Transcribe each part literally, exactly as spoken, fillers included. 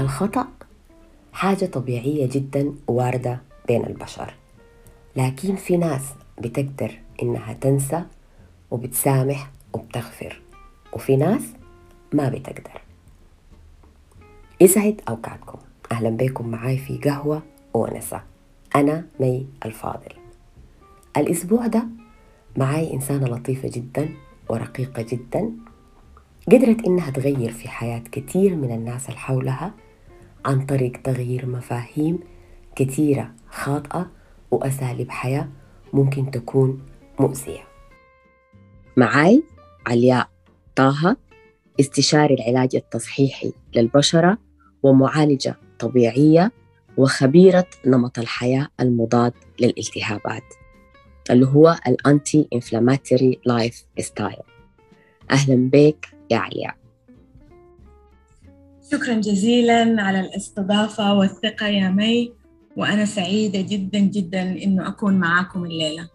الخطأ حاجة طبيعية جدا واردة بين البشر، لكن في ناس بتقدر إنها تنسى وبتسامح وبتغفر، وفي ناس ما بتقدر. يسعد أوقاتكم، أهلا بكم معاي في قهوة ونسة. أنا مي الفاضل. الأسبوع ده معاي إنسانة لطيفة جدا ورقيقة جدا، قدرت إنها تغير في حياة كتير من الناس اللي حولها عن طريق تغيير مفاهيم كتيرة خاطئة وأساليب حياة ممكن تكون مؤذية. معاي علياء طه، استشاري العلاج التصحيحي للبشرة ومعالجة طبيعية وخبيرة نمط الحياة المضاد للالتهابات اللي هو الأنتي إنفلاماتوري لايف ستايل. أهلا بك يا علياء. شكرا جزيلا على الاستضافة والثقة يا مي، وأنا سعيدة جدا جدا إنه أكون معاكم الليلة.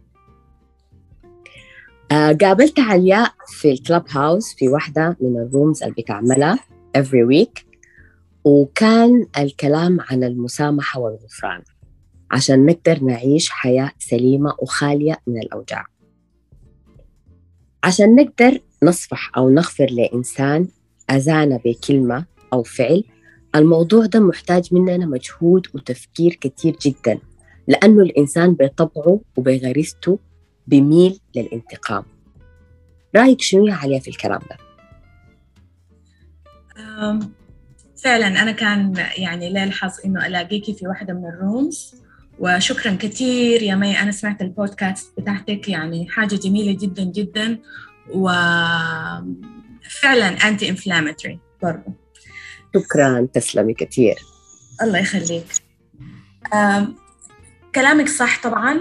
آه، قابلت علياء في الكلاب هاوس في واحدة من الرومز اللي بتعملها every week، وكان الكلام عن المسامحة والغفران عشان نقدر نعيش حياة سليمة وخالية من الأوجاع. عشان نقدر نصفح أو نغفر لإنسان أذانا بكلمة أو فعل، الموضوع ده محتاج مننا مجهود وتفكير كتير جدا، لأنه الإنسان بطبعه وبغريزته بيميل للانتقام. رأيك شنو يا عليا في الكلام ده؟ فعلا أنا كان يعني لي الحظ إنه ألاقيكي في واحدة من الرومز، وشكرا كتير يا مي. أنا سمعت البودكاست بتاعتك، يعني حاجة جميلة جدا جدا، وفعلا أنتي إنفلاماتوري برضو. شكرا، تسلمي كتير. الله يخليك. كلامك صح طبعا،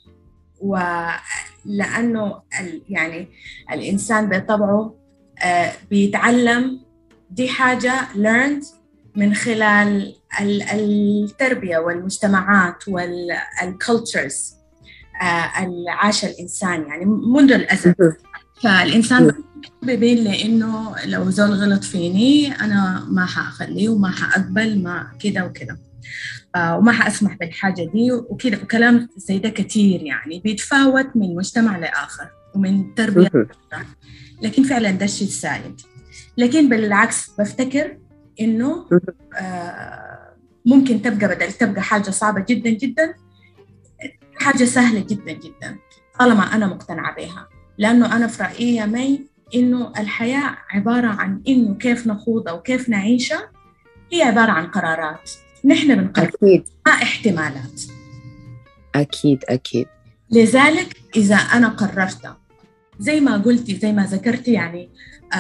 ولأنه يعني الإنسان بطبعه بيتعلم، دي حاجة learned من خلال التربية والمجتمعات والcultures اللي عاش الإنسان يعني منذ الأزل. فالإنسان بيبين لي إنه لو زول غلط فيني أنا ما حأخليه وما حأقبل ما كده وكده، وما حأسمح بالحاجة دي وكده، وكلام زي ده كتير يعني بيتفاوت من مجتمع لآخر ومن تربية. لكن فعلا ده الشيء السائد. لكن بالعكس بفتكر إنه آه ممكن تبقى بدل تبقى حاجة صعبة جدا جدا حاجة سهلة جدا جدا طالما أنا مقتنعة بها. لأنه أنا في رأيي يا مي إنه الحياة عبارة عن إنه كيف نخوض أو كيف نعيشها، هي عبارة عن قرارات نحن بنقرر، أكيد. ما احتمالات. أكيد أكيد. لذلك إذا أنا قررت زي ما قلتي زي ما ذكرتي يعني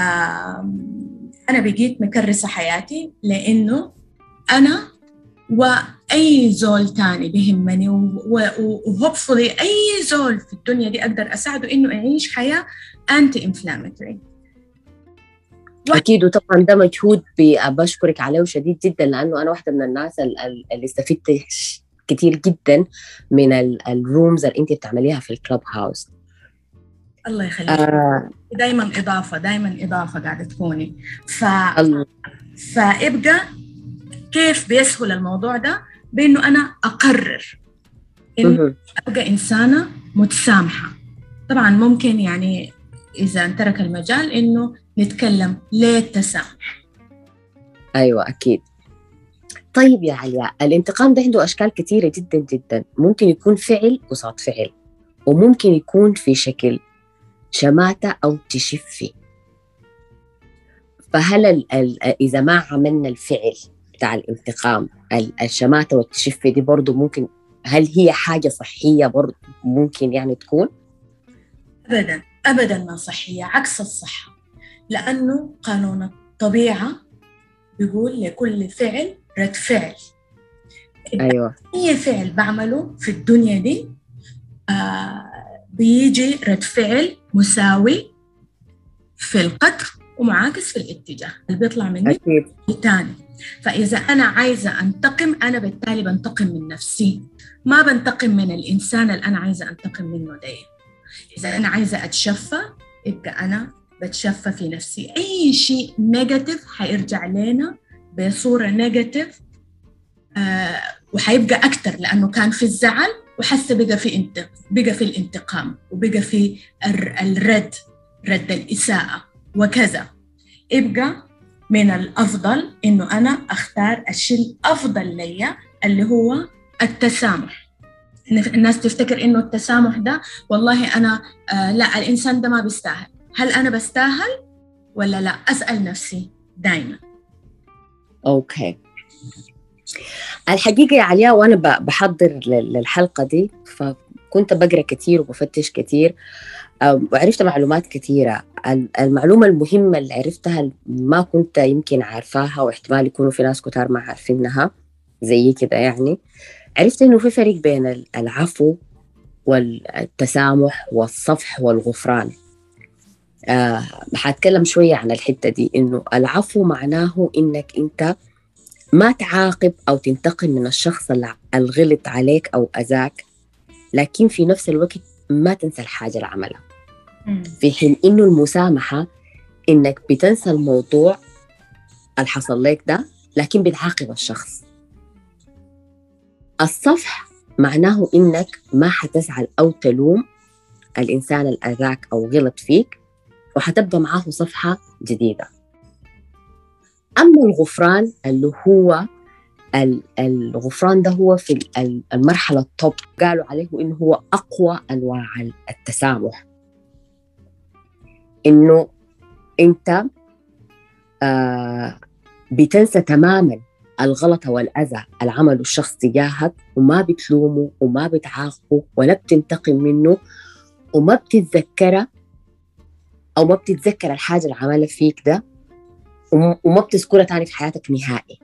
أنا بقيت مكرسة حياتي، لأنه أنا وأي زول تاني بيهمني وهوبفولي أي زول في الدنيا دي أقدر أساعده إنه يعيش حياة أنتي إنفلاماتوري. أكيد، وطبعا ده مجهود بشكرك عليه شديد جدا، لأنه أنا واحدة من الناس اللي استفدت كتير جدا من الرومز اللي أنت بتعمليها في الكلاب هاوس. الله يخليك. آه. دايما إضافة دايما إضافة قاعدة تكوني. ف... فإبقى كيف بيسهل الموضوع ده بإنه أنا أقرر إنه أبقى إنسانة متسامحة. طبعا ممكن يعني إذا انترك المجال إنه نتكلم ليه التسامح. أيوة أكيد. طيب يا علياء، الانتقام ده عنده أشكال كتيرة جدا جدا، ممكن يكون فعل قصاد فعل، وممكن يكون في شكل شماتة أو تشفي. فهل ال ال إذا ما عملنا الفعل بتاع الانتقام، الشماتة والتشفي دي برضو ممكن، هل هي حاجة صحية برضو ممكن يعني تكون؟ أبداً أبداً ما صحية، عكس الصحة. لأنه قانون الطبيعة بيقول لكل فعل رد فعل. أيوة. أي فعل بعمله في الدنيا دي آه بيجي رد فعل مساوي في القدر ومعاكس في الاتجاه اللي بيطلع مني الثاني. فإذا أنا عايزة أنتقم أنا بالتالي بنتقم من نفسي، ما بنتقم من الإنسان اللي أنا عايزة أنتقم منه ده. إذا أنا عايزة أتشفى يبقى أنا بتشفى في نفسي. أي شيء نيجاتيف حيرجع لنا بصورة نيجاتيف، آه وحيبقى أكتر لأنه كان في الزعل وحس بقى في انت بقى في الانتقام وبقى في الرد، رد الإساءة وكذا. يبقى من الأفضل إنه أنا أختار الشيء الأفضل لي اللي هو التسامح. الناس تفتكر إنه التسامح ده والله أنا آه لا الإنسان ده ما بيستاهل، هل أنا بستاهل ولا لا؟ أسأل نفسي دايما. أوكي. الحقيقة يا علياء وأنا بحضر للحلقة دي فكنت بقرأ كتير وبفتش كتير وعرفت معلومات كثيرة. المعلومة المهمة اللي عرفتها ما كنت يمكن عارفاها واحتمال يكونوا في ناس كتار ما عارفينها زي كده، يعني عرفت إنه في فرق بين العفو والتسامح والصفح والغفران. أه حاتكلم شوية عن الحتة دي. إنه العفو معناه إنك أنت ما تعاقب أو تنتقم من الشخص اللي الغلط عليك أو أذاك، لكن في نفس الوقت ما تنسى الحاجة اللي عملها. في حين إنه المسامحة إنك بتنسى الموضوع اللي حصل لك ده لكن بتعاقب الشخص. الصفح معناه إنك ما حتزعل أو تلوم الإنسان اللي أذاك أو غلط فيك وحتبدأ معاه صفحة جديدة. أما الغفران اللي هو الغفران ده هو في المرحلة التوب، قالوا عليه إنه هو أقوى أنواع التسامح. إنه أنت آه بتنسى تماماً الغلط والأذى اللي عمله الشخص تجاهك وما بتلومه وما بتعاقبه ولا بتنتقم منه وما بتتذكره أو ما بتتذكر الحاجة اللي عملها فيك ده وما بتذكرها تاني في حياتك نهائي.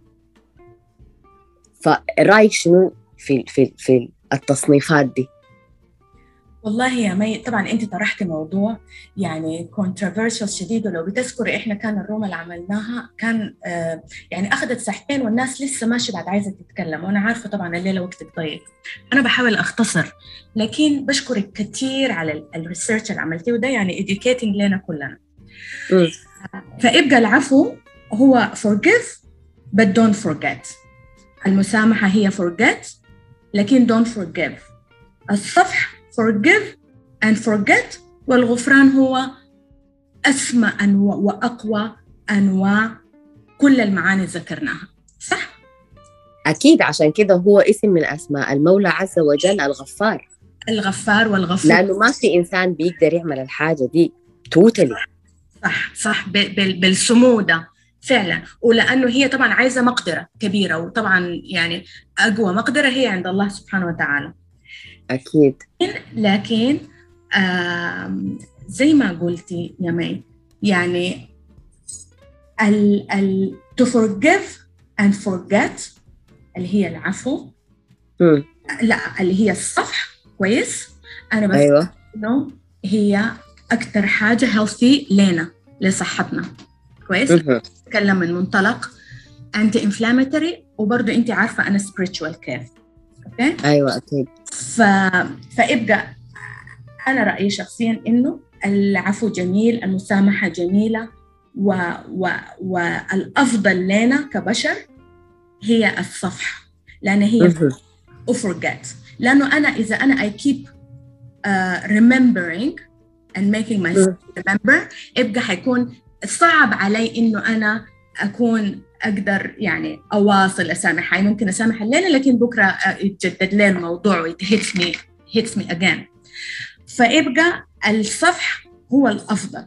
فرأيك شنو في في في التصنيفات دي؟ والله يا مي طبعا انت طرحتي موضوع يعني controversial شديد، ولو بتذكري احنا كان الروم اللي عملناها كان آه يعني اخذت ساعتين والناس لسه ماشي بعد عايزه تتكلم، وانا عارفه طبعا الليله وقتك ضيق، انا بحاول اختصر، لكن بشكرك كثير على الريسيرش اللي عملتيه وده يعني educating لنا كلنا. م. فيبقى العفو هو forgive but don't forget. المسامحه هي forget لكن don't forgive. الصفح forgive and forget. والغفران هو أسمى أنواع وأقوى أنواع كل المعاني ذكرناها، صح؟ أكيد، عشان كده هو اسم من أسماء المولى عز وجل الغفار. الغفار والغفور، لأنه ما في إنسان بيقدر يعمل الحاجة دي توتالي. صح صح بالسمو ده فعلا، ولأنه هي طبعا عايزة مقدرة كبيرة، وطبعا يعني أقوى مقدرة هي عند الله سبحانه وتعالى. أكيد. لكن زي ما قلتي يا مي يعني ال ال to forgive and forget اللي هي العفو م. لا اللي هي الصفح، كويس. أنا بس أيوة. إنه هي أكتر حاجة healthy لنا لصحتنا، كويس. أتكلم من منطلق anti inflammatory، وبرضو أنت عارفة أنا spiritual care. أوكي؟ أيوة أكيد. ف... فإبقى أنا رأيي شخصياً إنه العفو جميل، المسامحة جميلة، و... و... والأفضل لنا كبشر هي الصفح، لأن هي forget. لأنه أنا إذا أنا I keep uh, remembering and making myself remember، إبقى حيكون صعب علي إنه أنا أكون أقدر يعني أواصل أسامح. هاي ممكن أسامح الليلة لكن بكرة يتجدد لي الموضوع ويتهيتس مي hits me again. فإبقى الصفح هو الأفضل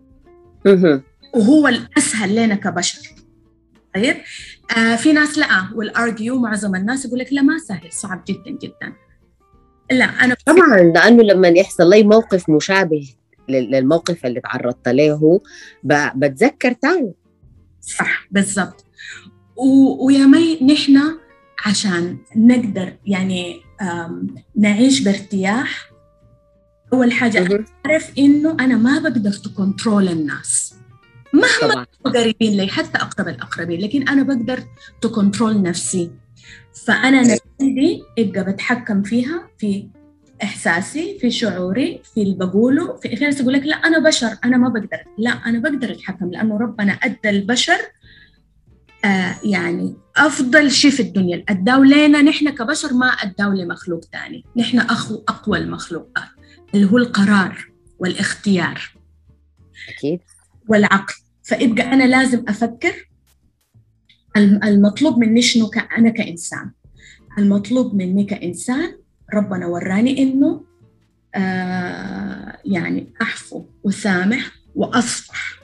وهو الأسهل لنا كبشر. طيب آه في ناس لا والارجيو، معظم الناس يقول لك لا ما سهل، صعب جدا جدا. لا أنا طبعا لأنه لما يحصل لي موقف مشابه للموقف اللي تعرضت له بتذكر تاني. صح بالضبط. ويا مي نحن عشان نقدر يعني نعيش بارتياح، أول حاجة أعرف إنه أنا ما بقدر تكنترول الناس مهما قريبين لي، حتى أقرب الأقربين، لكن أنا بقدر تكنترول نفسي. فأنا نفسي أبقى بتحكم فيها، في إحساسي، في شعوري، في اللي بقوله. في ناس يقول لك لا أنا بشر أنا ما بقدر، لا أنا بقدر أتحكم، لأنه ربنا أدى البشر آه يعني أفضل شيء في الدنيا أداوا لنا نحن كبشر ما أداوا لمخلوق تاني. نحن أخو أقوى المخلوقات اللي هو القرار والاختيار أكيد والعقل. فإبقى أنا لازم أفكر المطلوب مني شنو أنا كإنسان. المطلوب مني كإنسان ربنا وراني إنه آه يعني أحفو وسامح وأصفح.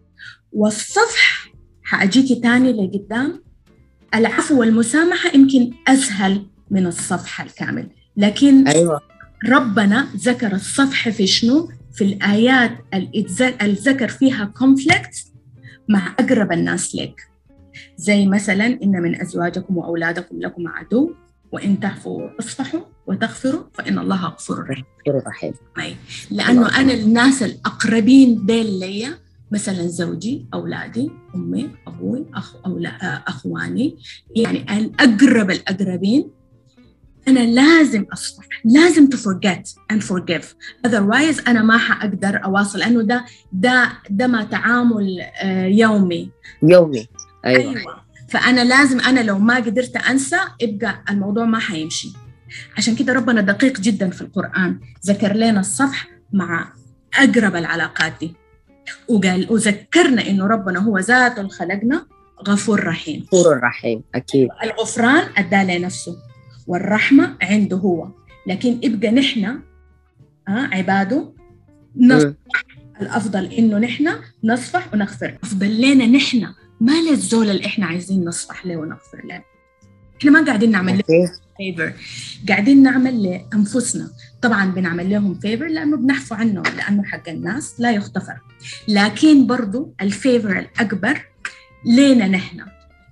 والصفح حأجيكي تاني لقدام. العفو والمسامحة يمكن أسهل من الصفح الكامل، لكن أيوة. ربنا ذكر الصفح في شنو؟ في الآيات اللي ذكر فيها conflict مع أقرب الناس لك، زي مثلا إن من أزواجكم وأولادكم لكم عدو وإن تعفوا وتصفحوا وتغفروا فإن الله غفور رحيم. لأنه أنا الناس الأقربين ديل لي، مثلا زوجي، أولادي، أمي، أبوي، أخ أولا أخواني، يعني الأقرب الأقربين، أنا لازم أصفح، لازم to forget and forgive. otherwise أنا ما حأقدر أواصل، لأنه ده ده ده ما تعامل يومي يومي. أيوة. أيوة. فأنا لازم، أنا لو ما قدرت أنسى يبقى الموضوع ما حيمشي. عشان كده ربنا دقيق جدا في القرآن، ذكر لنا الصفح مع أقرب العلاقات دي، وقال وذكرنا إنه ربنا هو ذاته اللي خلقنا غفور رحيم. غفور رحيم. أكيد. الغفران أدى لنفسه والرحمة عنده هو، لكن إبقى نحن آه عباده نصفح. الأفضل إنه نحن نصفح ونغفر. أفضل لنا نحن، ما للزول اللي إحنا عايزين نصفح له ونغفر له. إحنا ما قاعدين نعمل له فيفر، قاعدين نعمل لأنفسنا. طبعاً بنعمل لهم فيفر لأنه بنحفو عنه، لأنه حق الناس لا يغتفر، لكن برضو الفيفر الأكبر لينا نحن،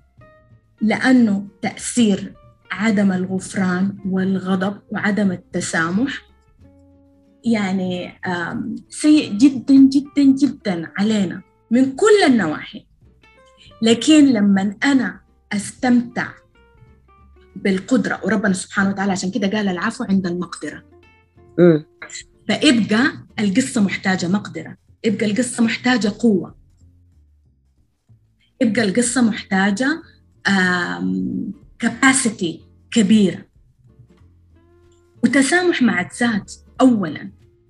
لأنه تأثير عدم الغفران والغضب وعدم التسامح يعني سيء جداً جداً جداً علينا من كل النواحي. لكن لما أنا أستمتع بالقدرة، وربنا سبحانه وتعالى عشان كده قال العفو عند المقدرة. م. فإبقى القصة محتاجة مقدرة، إبقى القصة محتاجة قوة، إبقى القصة محتاجة capacity كبيرة، وتسامح مع الذات أولاً.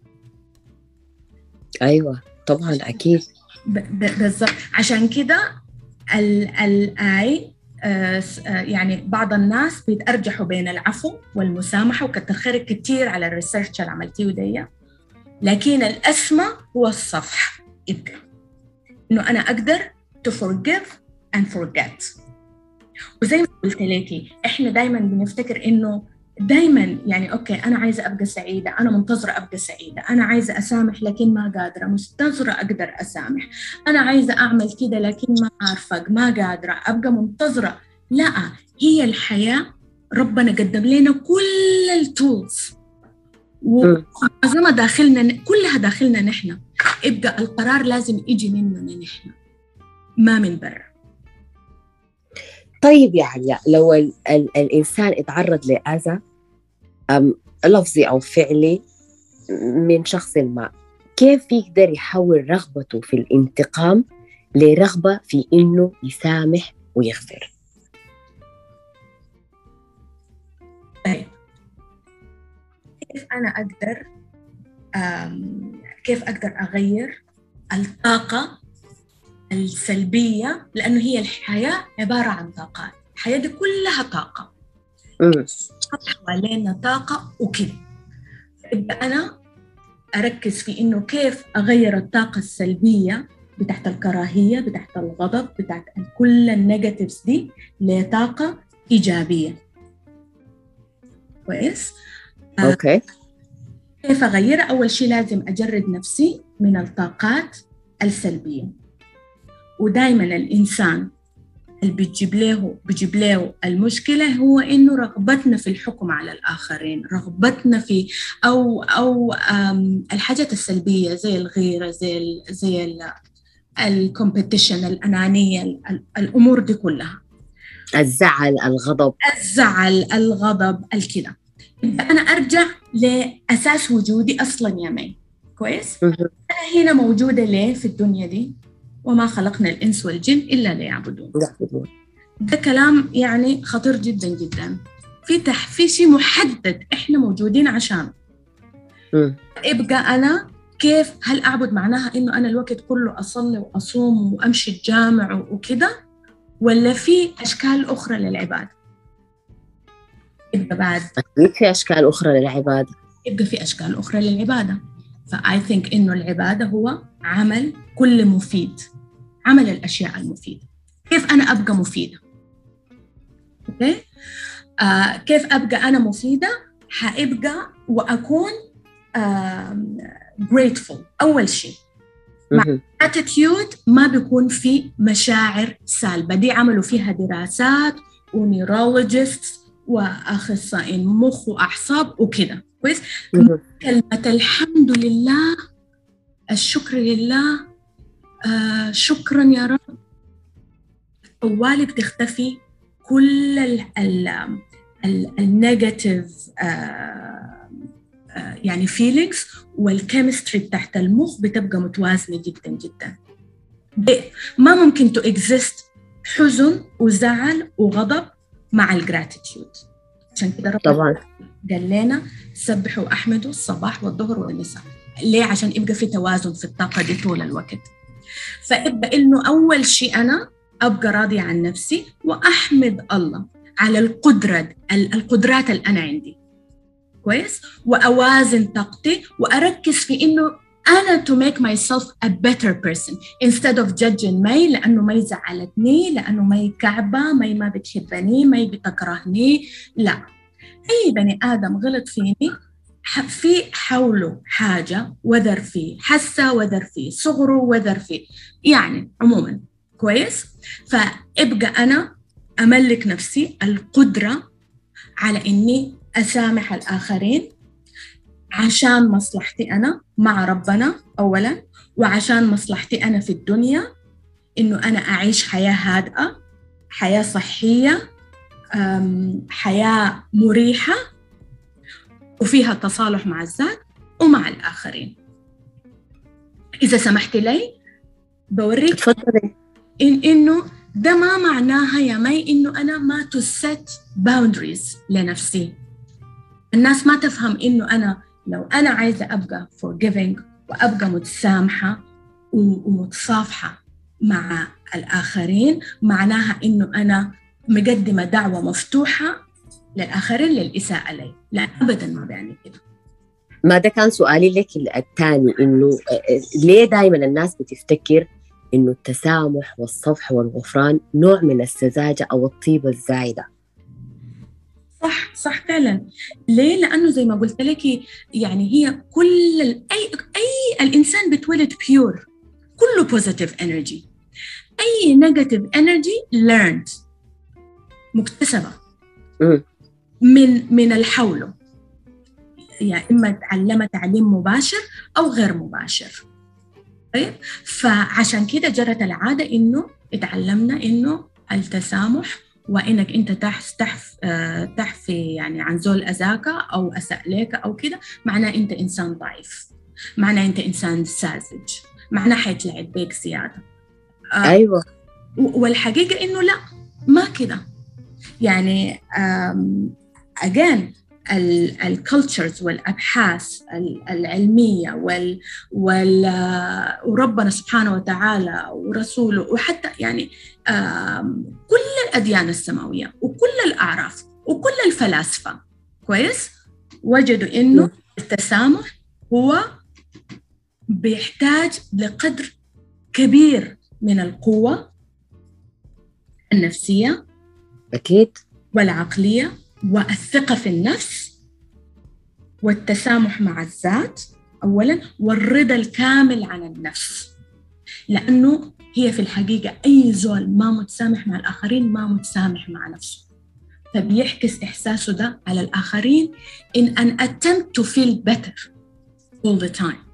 أيوة طبعاً أكيد بالضبط. عشان كده الآي يعني بعض الناس بيتأرجحوا بين العفو والمسامحة، وكتر خيرك كتير على الريسيرش اللي عملتيه ودية، لكن الأسمى هو الصفح. يبقى إنه أنا أقدر to forgive and forget. وزي ما قلت لكي إحنا دايماً بنفتكر إنه دايماً يعني أوكي أنا عايزة أبقى سعيدة، أنا منتظرة أبقى سعيدة، أنا عايزة أسامح لكن ما قادرة، منتظرة أقدر أسامح، أنا عايزة أعمل كده لكن ما عارفة، ما قادرة، أبقى منتظرة. لا، هي الحياة ربنا قدم لنا كل التولز ومعظمها داخلنا، كلها داخلنا نحن. يبقى القرار لازم يجي مننا نحن ما من برا. طيب يعني لو ال ال الإنسان اتعرض لأذى لفظي أو فعلي من شخص ما، كيف يقدر يحول رغبته في الانتقام لرغبة في إنه يسامح ويغفر؟ طيب كيف أنا أقدر كيف أقدر أغير الطاقة السلبية؟ لأنه هي الحياة عبارة عن طاقات، الحياة دي كلها طاقة، حوالينا طاقة وكده. يبقى أنا أركز في إنه كيف أغير الطاقة السلبية بتاعت الكراهية، بتاعت الغضب، بتاعت كل النيجاتيفز دي لطاقة إيجابية. كويس؟ أوكي. كيف أغيرها؟ أول شيء لازم أجرد نفسي من الطاقات السلبية. ودايما الإنسان اللي بيجيب له بيجيب له المشكلة هو إنه رغبتنا في الحكم على الآخرين، رغبتنا في أو أو الحاجات السلبية زي الغيرة، زي ال زي ال الكومبيتيشن، الأنانية، الأمور دي كلها، الزعل، الغضب الزعل، الغضب، الكذا. أنا أرجع لأساس وجودي أصلاً يا مي. كويس؟ أنا هنا موجودة ليه في الدنيا دي؟ وما خلقنا الإنس والجن إلا ليعبدون. ده كلام يعني خطير جدا جدا. في تح في شيء محدد إحنا موجودين عشانه. م. ابقى أنا كيف؟ هل أعبد معناها إنه أنا الوقت كله أصلي وأصوم وأمشي الجامع وكده، ولا في أشكال أخرى للعبادة؟ يبقى بعد أكيد في أشكال أخرى للعبادة. يبقى في أشكال أخرى للعبادة. فآي ثينك إنه العبادة هو عمل كل مفيد، عمل الأشياء المفيدة. كيف أنا أبقى مفيدة؟ أوكي؟ آه كيف أبقى أنا مفيدة؟ حأبقى وأكون آه grateful. أول شيء مع attitude ما بيكون في مشاعر سالبة. دي عملوا فيها دراسات ونيرولوجيست وأخصائيين مخ وأعصاب وكده. كويس؟ كلمة الحمد لله، الشكر لله، آه شكرا يا رب، طوالي بتختفي كل ال ال ال النيجاتيف يعني feelings، والكيمستري تحت المخ بتبقى متوازنة جدا جدا. ما ممكن to exist حزن وزعل وغضب مع الجراتيتيود. عشان كده ربنا طبعا قال لنا سبحوا وأحمدوا الصباح والظهر والمساء. ليه؟ عشان يبقى في توازن في الطاقة دي طول الوقت. فإبقى إنه أول شيء أنا أبقى راضية عن نفسي وأحمد الله على القدرة القدرات اللي أنا عندي. كويس؟ وأوازن طاقتي وأركز في إنه أنا to make myself a better person instead of judging مي لأنه مي زعلتني، لأنه مي كعبة، مي ما بتحبني، مي بتكرهني. لا، أي بني آدم غلط فيني في حوله حاجة، وذر فيه حسة، وذر فيه صغره، وذر فيه يعني عموما. كويس؟ فأبقى أنا أملك نفسي القدرة على إني أسامح الآخرين عشان مصلحتي أنا مع ربنا أولاً، وعشان مصلحتي أنا في الدنيا، إنه أنا أعيش حياة هادئة، حياة صحية، حياة مريحة وفيها تصالح مع الذات ومع الآخرين. إذا سمحت لي بوريك تفضلي. إن إنه ده ما معناها يا مي إنه أنا ما to set boundaries لنفسي. الناس ما تفهم إنه أنا لو أنا عايزة أبقى forgiving وأبقى متسامحة ومتصافحة مع الآخرين، معناها إنه أنا مقدمة دعوة مفتوحة للآخرين للإساءة لي. لا أبداً ما بيعني كده. ما ده كان سؤالي لك الثاني، إنه ليه دايماً الناس بتفتكر إنه التسامح والصفح والغفران نوع من السذاجة أو الطيبة الزايدة؟ صح صح فعلا. ليه؟ لأنه زي ما قلت لك يعني هي كل أي أي الإنسان بتولد بيور، كله positive energy. أي negative energy learned، مكتسبة م. من من الحوله، يعني إما تعلم تعليم مباشر أو غير مباشر. طيب، فعشان كده جرت العادة إنه اتعلمنا إنه التسامح، وإنك أنت تحف تحف تحفي يعني عن زول أذاك أو أساء لك أو كده، معناه أنت إنسان ضعيف، معناه أنت إنسان ساذج، معناه حيتلعب بيك زيادة. أيوة. والحقيقة إنه لا، ما كده. يعني again الكالتشرز والأبحاث العلمية وال وال وربنا سبحانه وتعالى ورسوله، وحتى يعني كل الأديان السماوية وكل الأعراف وكل الفلاسفة، كويس، وجدوا إنه التسامح هو بيحتاج لقدر كبير من القوة النفسية أكيد والعقلية والثقة في النفس والتسامح مع الذات أولاً، والرضا الكامل عن النفس. لأنه هي في الحقيقة أي زول ما متسامح مع الآخرين ما متسامح مع نفسه، فبيحكس إحساسه ده على الآخرين in an attempt to feel better all the time.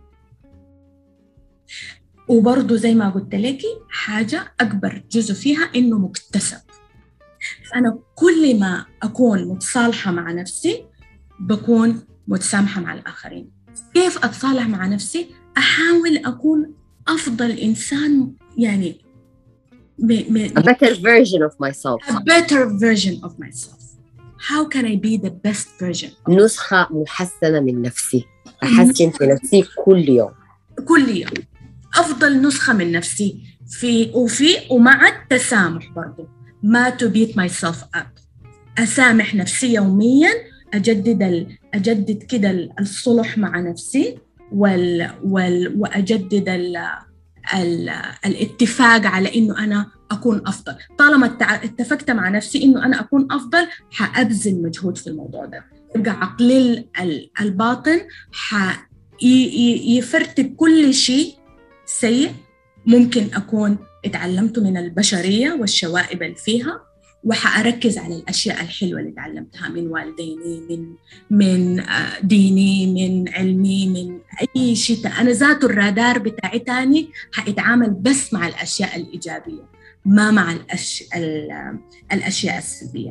وبرضو زي ما قلت لك حاجة أكبر جزء فيها إنه مكتسب. أنا كل ما أكون متصالحة مع نفسي بكون متسامحة مع الآخرين. كيف أتصالح مع نفسي؟ أحاول أكون أفضل إنسان يعني م- م- a better version of myself. a better version of myself. How can I be the best version of نسخة محسنة من نفسي، أحسن في نفسي كل يوم كل يوم، أفضل نسخة من نفسي في وفي ومع التسامح برضو. ما to beat myself up، أسامح نفسي يومياً، أجدد ال... أجدد كده الصلح مع نفسي وال... وال... وأجدد ال... ال... الاتفاق على إنه أنا أكون أفضل. طالما التع... اتفقت مع نفسي إنه أنا أكون أفضل، حأبذل مجهود في الموضوع ده. يبقى عقلي ال... الباطن ح... ي... ي... يفرتك كل شيء سيء ممكن أكون اتعلمته من البشرية والشوائب اللي فيها، وحأركز على الأشياء الحلوة اللي تعلمتها من والديني، من من ديني، من علمي، من أي شيء. أنا ذات الرادار بتاعي تاني حأتعامل بس مع الأشياء الإيجابية، ما مع الأش... الأشياء السلبية.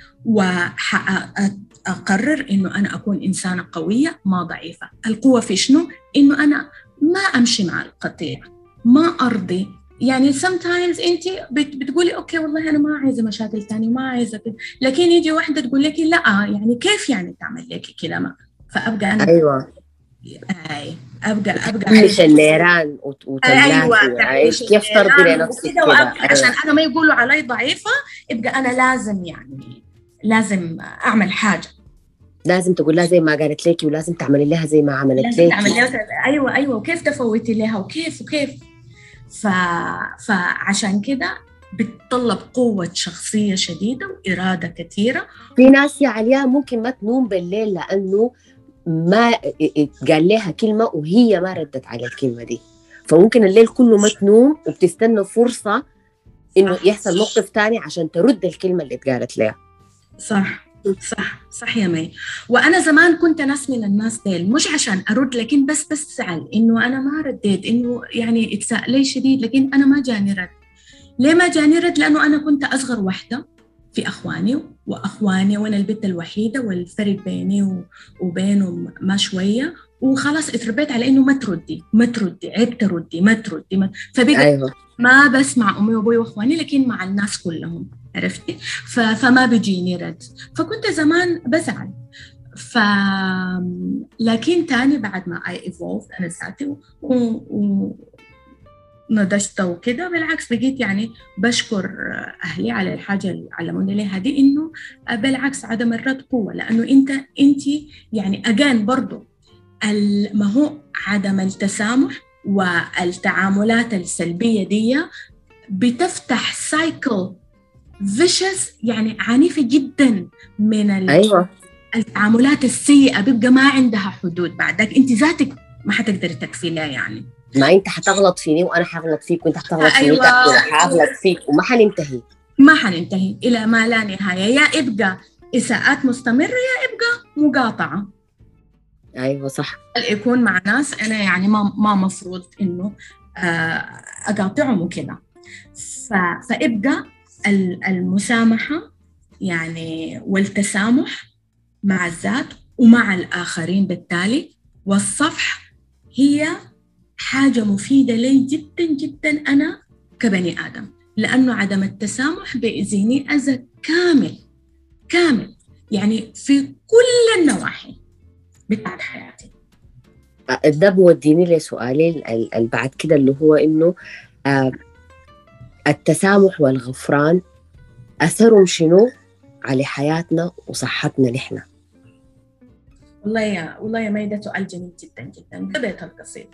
وحأقرر إنه أنا أكون إنسانة قوية ما ضعيفة. القوة في شنو؟ إنه أنا ما أمشي مع القطيع، ما أرضي. يعني sometimes أنت بتقولي أوكي والله أنا ما عايزة مشاكل تاني، ما عايزة كده، لكن يجي واحدة تقول لك لا، يعني كيف يعني تعمل لك كده؟ ما فأبقى أنا أيوة أي أبقى أبقى مش النيران وتلاتي. أيوة كيف ترضي لنفسك كده؟ أيوة. عشان أنا ما يقولوا علي ضعيفة، يبقى أنا لازم يعني لازم أعمل حاجة، لازم تقول لها زي ما قالت لك، ولازم تعملي لها زي ما عملت لك. لازم تعمل لها أيوة أيوة وكيف تفوتي لها وكيف وكيف. ف... فعشان كده بتطلب قوة شخصية شديدة وإرادة كثيرة. في ناس يا عليا ممكن ما تنوم بالليل لأنه ما قال لها كلمة وهي ما ردت على الكلمة دي، فممكن الليل كله ما تنوم وبتستنى فرصة إنه يحصل موقف تاني عشان ترد الكلمة اللي اتقالت لها. صح صح صح يا مي. وأنا زمان كنت ناس من الناس ديل، مش عشان أرد لكن بس بس زعل إنه أنا ما رديت، إنه يعني اتساء لي شديد لكن أنا ما جاني رد. ليه ما جاني رد؟ لأنه أنا كنت أصغر واحدة في أخواني وأخواني، وأنا البنت الوحيدة والفرق بيني وبينهم ما شوية، وخلاص اتربيت على إنه ما تردي ما تردي عيب تردي ما تردي ما... فبقى أيوة. ما بس مع أمي وأبوي وأخواني لكن مع الناس كلهم، عرفتي؟ ف... فما بيجيني رد، فكنت زمان بزعل. ف... لكن تاني بعد ما I evolved أنا ذاتي و... و... نضجت وكده، بالعكس بقيت يعني بشكر أهلي على الحاجة اللي علموني لها دي، إنه بالعكس عدم الرد قوة. لأنه أنت أنت يعني أجان برضو ما هو عدم التسامح والتعاملات السلبية دي بتفتح سايكل فيشس يعني عنيفة جدا من أيوة. التعاملات السيئة، بيبقى ما عندها حدود. بعدك أنت ذاتك ما حتقدر تكفي لها، يعني ما انت حتغلط فيني وانا حغلط فيك وانت حتغلط فيني أيوة. وانا حغلط فيك وما حننتهي ما حننتهي الى ما لا نهايه. يا ابقى اساءات مستمره يا ابقى مقاطعه. ايوه صح. يكون مع ناس انا يعني ما ما مفروض انه اقاطعهم وكذا. فابقى المسامحه يعني والتسامح مع الذات ومع الاخرين بالتالي، والصفح هي حاجة مفيدة لي جدا جدا أنا كبني آدم، لأنه عدم التسامح بيأذيني أذى كامل كامل يعني في كل النواحي بتاعت حياتي. ده بوديني لسؤالي بعد كده اللي هو إنه آه التسامح والغفران أثرهم شنو على حياتنا وصحتنا نحن؟ والله يا والله يا ميدة سؤال جميل جدا جدا. ده بيت القصيد.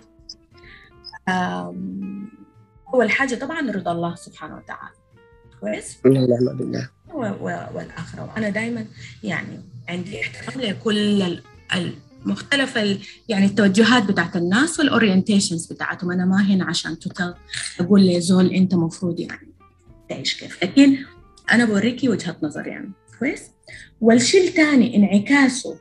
أول حاجة طبعاً رضا الله سبحانه وتعالى، كويس؟ نعم بالله. والآخرة. وأنا دايماً يعني عندي احترام لكل المختلف يعني التوجهات بتاعت الناس والأورينتيشنز بتاعتهم. أنا ما هنا عشان أقول لي زول أنت مفروض يعني تعيش كيف، لكن أنا بوريكي وجهة نظر يعني، كويس؟ والشيء الثاني انعكاسه،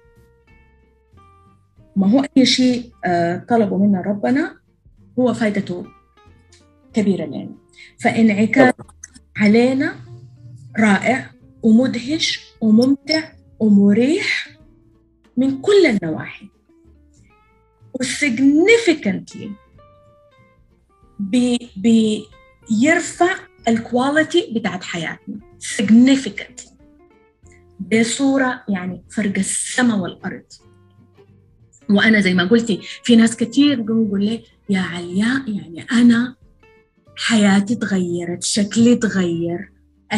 ما هو أي شيء طلبوا منا ربنا هو فائدته كبيرة لنا، فإنعكاس علينا رائع ومدهش وممتع ومريح من كل النواحي، وsignificantly بي بيرفع الكواليتي بتاعت حياتنا significant بصورة يعني فرق السماء والأرض. وأنا زي ما قلتي في ناس كتير يقول لي يا علياء يعني أنا حياتي تغيرت، شكلي تغير،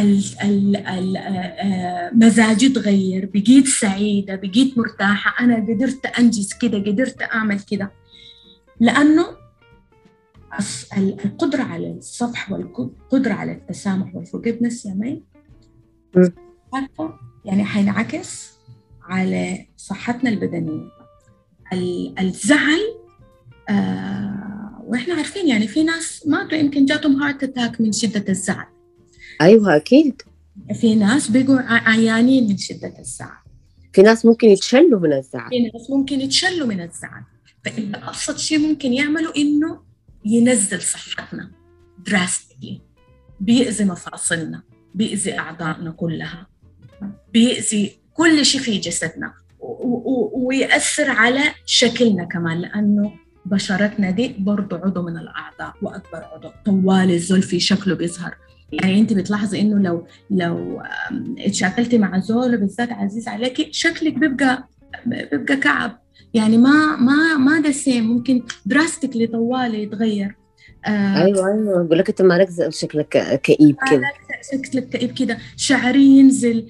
مزاجي تغير، بقيت سعيدة، بقيت مرتاحة، أنا قدرت أنجز كده، قدرت أعمل كده. لأنه القدرة على الصفح والقدرة على التسامح والفورجيفنس يا مي عارفة يعني حينعكس على صحتنا البدنية. الزعل آه وإحنا عارفين يعني في ناس ماتوا يمكن جاتهم هارت أتاك من شدة الزعل. أيوة أكيد. في ناس بيقوا عيانين من شدة الزعل. في ناس ممكن يتشلوا من الزعل. في ناس ممكن يتشلوا من الزعل. فأبسط شيء ممكن يعملوا إنه ينزل صحتنا drastically، بيأذي مفاصلنا، بيأذي أعضائنا كلها، بيأذي كل شيء في جسدنا، ويأثر على شكلنا كمان، لأنه بشرتنا دي برضو عضو من الأعضاء وأكبر عضو. طوال الزول في شكله بيظهر. يعني أنت بتلاحظي إنه لو لو اتشاكلتي مع زول بالذات عزيز عليكي شكلك بيبقى بيبقى كعب، يعني ما ما ما ده سيم، ممكن دراستيكلي طوالي يتغير. آه ايوه ايوه بقول لك انت مالك شكلك كئيب كده، شكلك كئيب كده، شعري ينزل،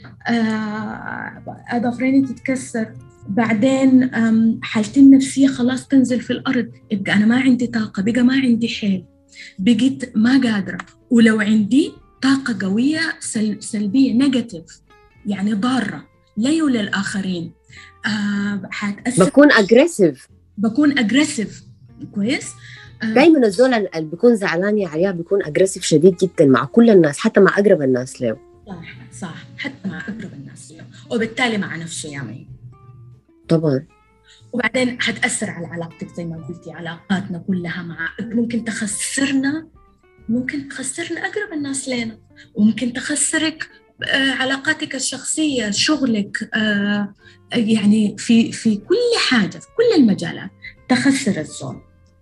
آه اظافريني تتكسر، بعدين حالتي النفسيه خلاص تنزل في الارض، يبقى انا ما عندي طاقه، بقى ما عندي حيل، بقيت ما قادره. ولو عندي طاقه قويه سل سلبيه نيجاتيف يعني ضاره لي وللآخرين، آه حتأثر. بكون أجريسيف بكون أجريسيف كويس. آه دايما الزول اللي بيكون زعلان يا عليا بيكون أجريسيف شديد جدا مع كل الناس، حتى مع أقرب الناس له. صح صح، حتى مع أقرب الناس له، وبالتالي مع نفسه يا مي. طبعا. وبعدين حتأثر على علاقتك زي ما قلتي، علاقاتنا كلها مع، ممكن تخسرنا، ممكن تخسرنا أقرب الناس لنا، وممكن تخسرك علاقاتك الشخصية، شغلك، آه يعني في في كل حاجة، في كل المجالات تخسر الزول.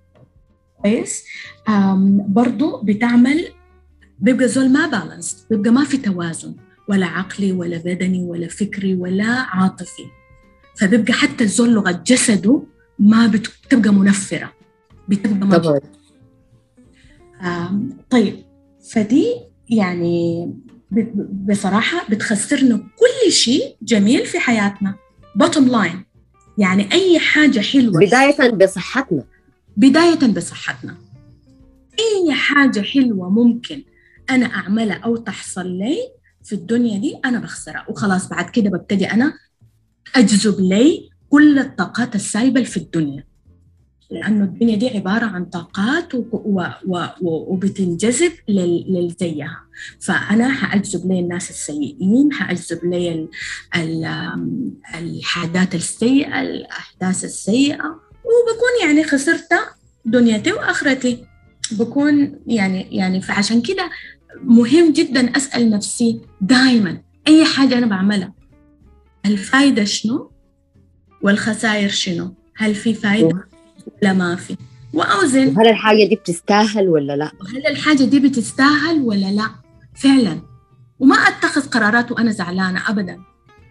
كويس. برضو بتعمل، بيبقى الزول ما بالانس، بيبقى ما في توازن، ولا عقلي ولا بدني ولا فكري ولا عاطفي، فبيبقى حتى الزول لغة جسده ما بتبقى منفرة، بتبقى ما طبعا. طيب، فدي يعني بصراحة بتخسرنا كل شيء جميل في حياتنا. bottom line يعني أي حاجة حلوة، بداية بصحتنا، بداية بصحتنا، أي حاجة حلوة ممكن أنا أعملها أو تحصل لي في الدنيا دي أنا بخسرها، وخلاص بعد كده ببتدي أنا أجذب لي كل الطاقات السالبة في الدنيا، لأنه الدنيا دي عبارة عن طاقات و... و... و... وبتنجذب لل... لزيها. فأنا هأجذب لي الناس السيئين، هأجذب لي ال... ال... الحاجات السيئة، الأحداث السيئة، وبكون يعني خسرت دنيتي وآخرتي، بكون يعني يعني فعشان كده مهم جدا أسأل نفسي دائما أي حاجة أنا بعملها الفايدة شنو والخسائر شنو، هل في فايدة ولا ما في، وأوزن هل الحاجة دي بتستاهل ولا لا، هل الحاجة دي بتستاهل ولا لا فعلا، وما أتخذ قرارات وأنا زعلانة أبدا.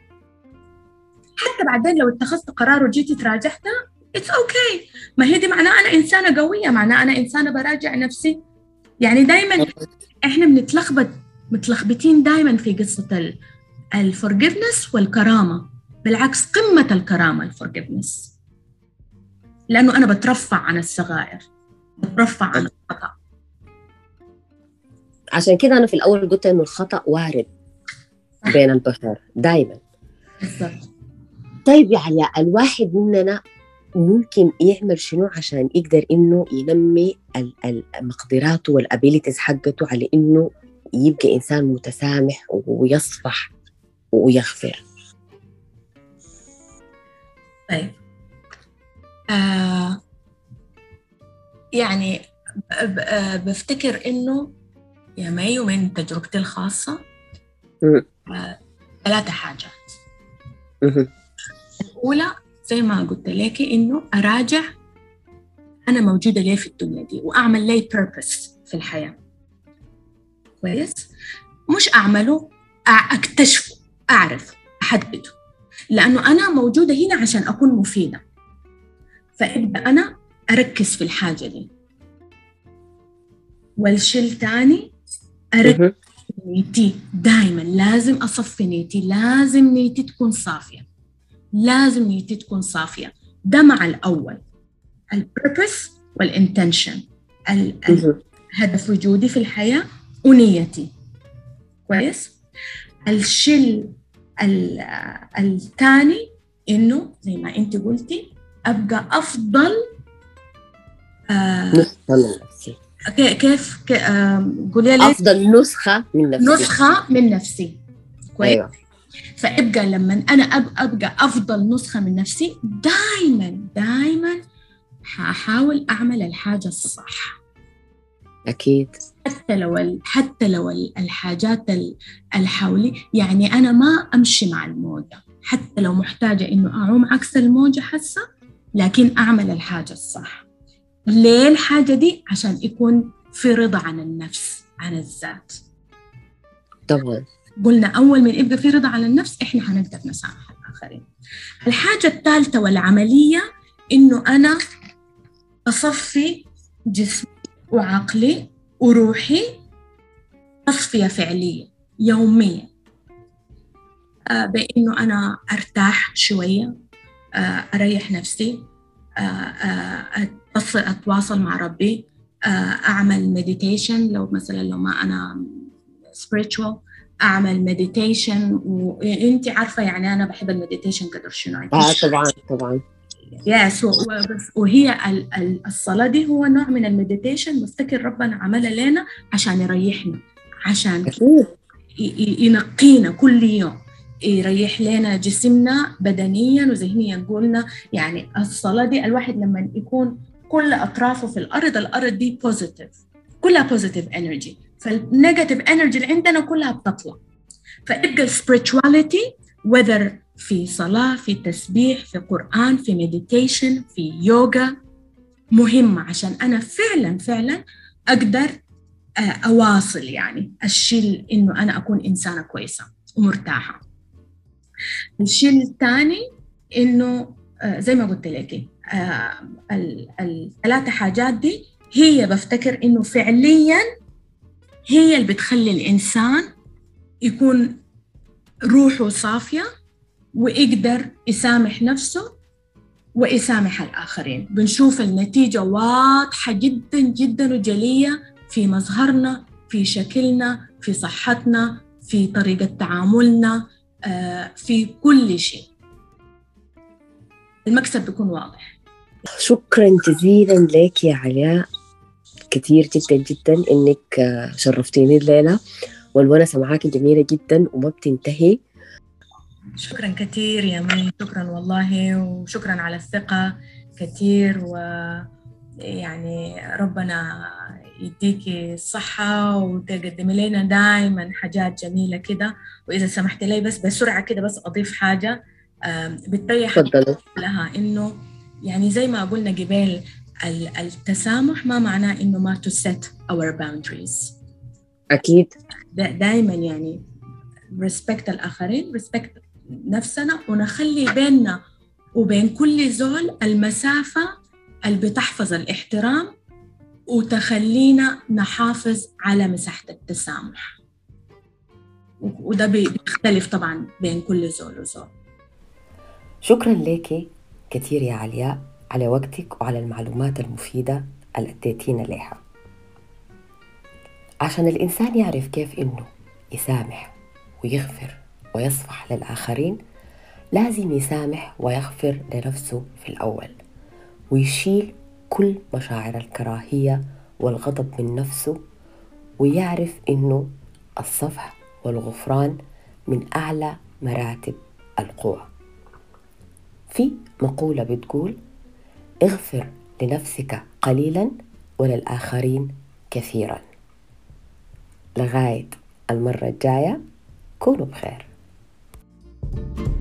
حتى بعدين لو اتخذت قرار وجيتي تراجعتها it's okay، ما هي دي معناه أنا إنسانة قوية، معناه أنا إنسانة براجع نفسي. يعني دايما إحنا بنتلخبط متلخبطين دايما في قصة الفورجيفنس والكرامة، بالعكس قمة الكرامة الفورجيفنس، لأنه أنا بترفع عن الصغائر، بترفع عن الخطأ. عشان كده أنا في الأول قلت إنه الخطأ وارد بين البشر دايما. بالضبط. طيب يعني الواحد مننا ممكن يعمل شنو عشان يقدر إنه ينمي المقدراته والابيليتيز حقته على إنه يبقى إنسان متسامح ويصفح ويغفر؟ طيب آه يعني بفتكر إنه يا مي ومن تجربتي الخاصة آه ثلاثة حاجات. م- الأولى زي ما قلت لك إنه أراجع أنا موجودة ليه في الدنيا دي، وأعمل لي purpose في الحياة. كويس؟ مش أعمله، أكتشفه، أعرف، أحدده، لأنه أنا موجودة هنا عشان أكون مفيدة. فأبدأ أنا أركز في الحاجة دي. والشيء الثاني أركز نيتي. دائما لازم أصفي نيتي، لازم نيتي تكون صافية، لازم نيتي تكون صافية. ده مع الأول، البربس والإنتنشن، الهدف وجودي في الحياة ونيتي. كويس؟ الشيء الثاني إنه زي ما أنت قلتي أبقى أفضل آه نسخة من نفسي. كيف قولي لي؟ أفضل نسخة من نفسي. نسخة من نفسي. كويس؟ أيوة. فأبقى لما أنا أبقى أفضل نسخة من نفسي، دايما دايما هحاول أعمل الحاجة الصح. أكيد. حتى لو حتى لو الحاجات الحولي، يعني أنا ما أمشي مع الموجة، حتى لو محتاجة إنه أعوم عكس الموجة حسة، لكن أعمل الحاجة الصح. ليه الحاجة دي؟ عشان يكون في رضا عن النفس، عن الذات. طبعا قلنا أول من يبقى في رضا عن النفس إحنا هنقدر نسامح الآخرين. الحاجة الثالثة والعملية إنه أنا أصفي جسمي وعقلي وروحي تصفية فعلية يومية، آه بإنه أنا أرتاح شوية، آه أريح نفسي، آه آه أتواصل مع ربي، آه أعمل مديتيشن لو مثلا لو ما أنا spiritual، أعمل مديتيشن. وأنت عارفة يعني أنا بحب المديتيشن قدر شنو. آه طبعا طبعا يس. وهي الصلاة دي هو نوع من المديتيشن، مفتكر ربنا عملها لنا عشان يريحنا، عشان ينقينا كل يوم، يريح لنا جسمنا بدنيا وذهنيا. قلنا يعني الصلاة دي الواحد لما يكون كل أطرافه في الأرض، الأرض دي بوزيتيف، كلها بوزيتيف انرجي، فالنيجاتيف انرجي اللي عندنا كلها بتطلع. فيبقى السبريتواليتي whether في صلاة، في تسبيح، في قرآن، في مديتيشن، في يوغا، مهمة عشان أنا فعلا فعلا أقدر أواصل يعني الشيء إنه أنا أكون إنسانة كويسة ومرتاحة. الشيء الثاني إنه زي ما قلت لك الثلاثة حاجات دي هي بفتكر إنه فعليا هي اللي بتخلي الإنسان يكون روحه صافية ويقدر يسامح نفسه ويسامح الآخرين. بنشوف النتيجة واضحة جدا جدا وجلية في مظهرنا، في شكلنا، في صحتنا، في طريقة تعاملنا، في كل شيء المكسب بيكون واضح. شكرا جزيلا لك يا علياء، كثير جدا جدا إنك شرفتيني الليلة، والونسة معاكي جميلة جدا وما بتنتهي. شكرا كثير يا مي، شكرا والله، وشكرا على الثقة كثير، ويعني ربنا يديكي الصحة وتقدمي لنا دائما حاجات جميلة كده. وإذا سمحت لي بس بسرعة كده بس أضيف حاجة بتريح لها، إنه يعني زي ما قلنا قبل، التسامح ما معناه إنه ما to set our boundaries. أكيد دائما يعني respect الآخرين، respect نفسنا، ونخلي بيننا وبين كل زول المسافة اللي بتحفظ الاحترام وتخلينا نحافظ على مساحة التسامح. وده بيختلف طبعا بين كل زول وزول. شكرا لك كثير يا علياء على وقتك وعلى المعلومات المفيدة اللي اديتينا لها. عشان الإنسان يعرف كيف إنه يسامح ويغفر ويصفح للآخرين، لازم يسامح ويغفر لنفسه في الأول، ويشيل كل مشاعر الكراهية والغضب من نفسه، ويعرف إنه الصفح والغفران من أعلى مراتب القوة. في مقولة بتقول: اغفر لنفسك قليلا وللآخرين كثيرا. لغاية المرة الجاية، كونوا بخير.